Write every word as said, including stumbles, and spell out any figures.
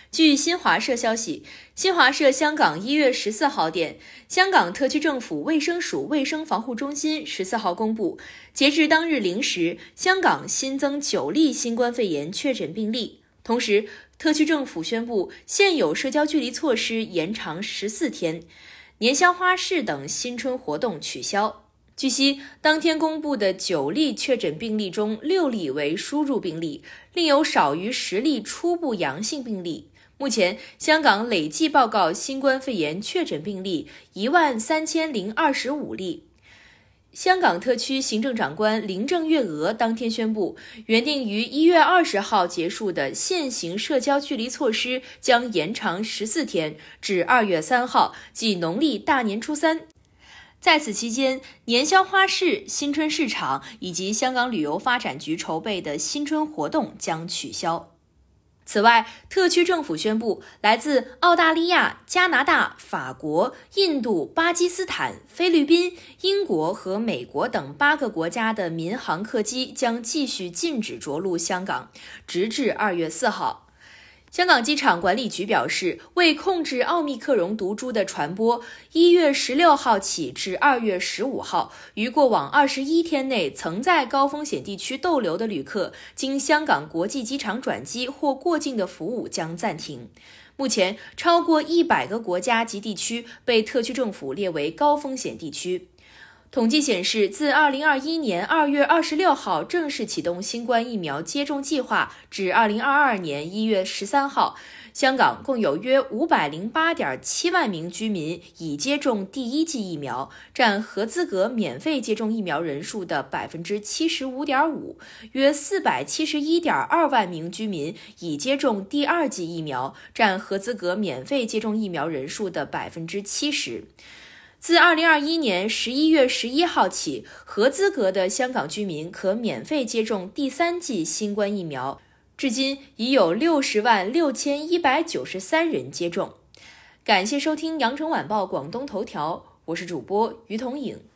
据新华社消息，新华社香港一月十四号电，香港特区政府卫生署卫生防护中心十四号公布，截至当日零时，香港新增九例新冠肺炎确诊病例。同时，特区政府宣布现有社交距离措施延长十四天，年宵花市等新春活动取消。据悉，当天公布的九例确诊病例中，六例为输入病例，另有少于十例初步阳性病例。目前，香港累计报告新冠肺炎确诊病例一万三千零二十五例。香港特区行政长官林郑月娥当天宣布，原定于一月二十号结束的现行社交距离措施将延长十四天，至二月三号，即农历大年初三。在此期间，年宵花市、新春市场以及香港旅游发展局筹备的新春活动将取消。此外，特区政府宣布，来自澳大利亚、加拿大、法国、印度、巴基斯坦、菲律宾、英国和美国等八个国家的民航客机将继续禁止着陆香港，直至二月四号。香港机场管理局表示，为控制奥密克戎毒株的传播，一月十六号起至二月十五号，于过往二十一天内曾在高风险地区逗留的旅客，经香港国际机场转机或过境的服务将暂停。目前，超过一百个国家及地区被特区政府列为高风险地区。统计显示，自二零二一年二月二十六号正式启动新冠疫苗接种计划至二零二二年一月十三号，香港共有约五百零八点七万名居民已接种第一剂疫苗，占合资格免费接种疫苗人数的百分之七十五点五；约四百七十一点二万名居民已接种第二剂疫苗，占合资格免费接种疫苗人数的百分之七十。自二零二一年十一月十一号起，合资格的香港居民可免费接种第三剂新冠疫苗，至今已有六十万六千一百九十三人接种。感谢收听羊城晚报广东头条，我是主播于彤颖。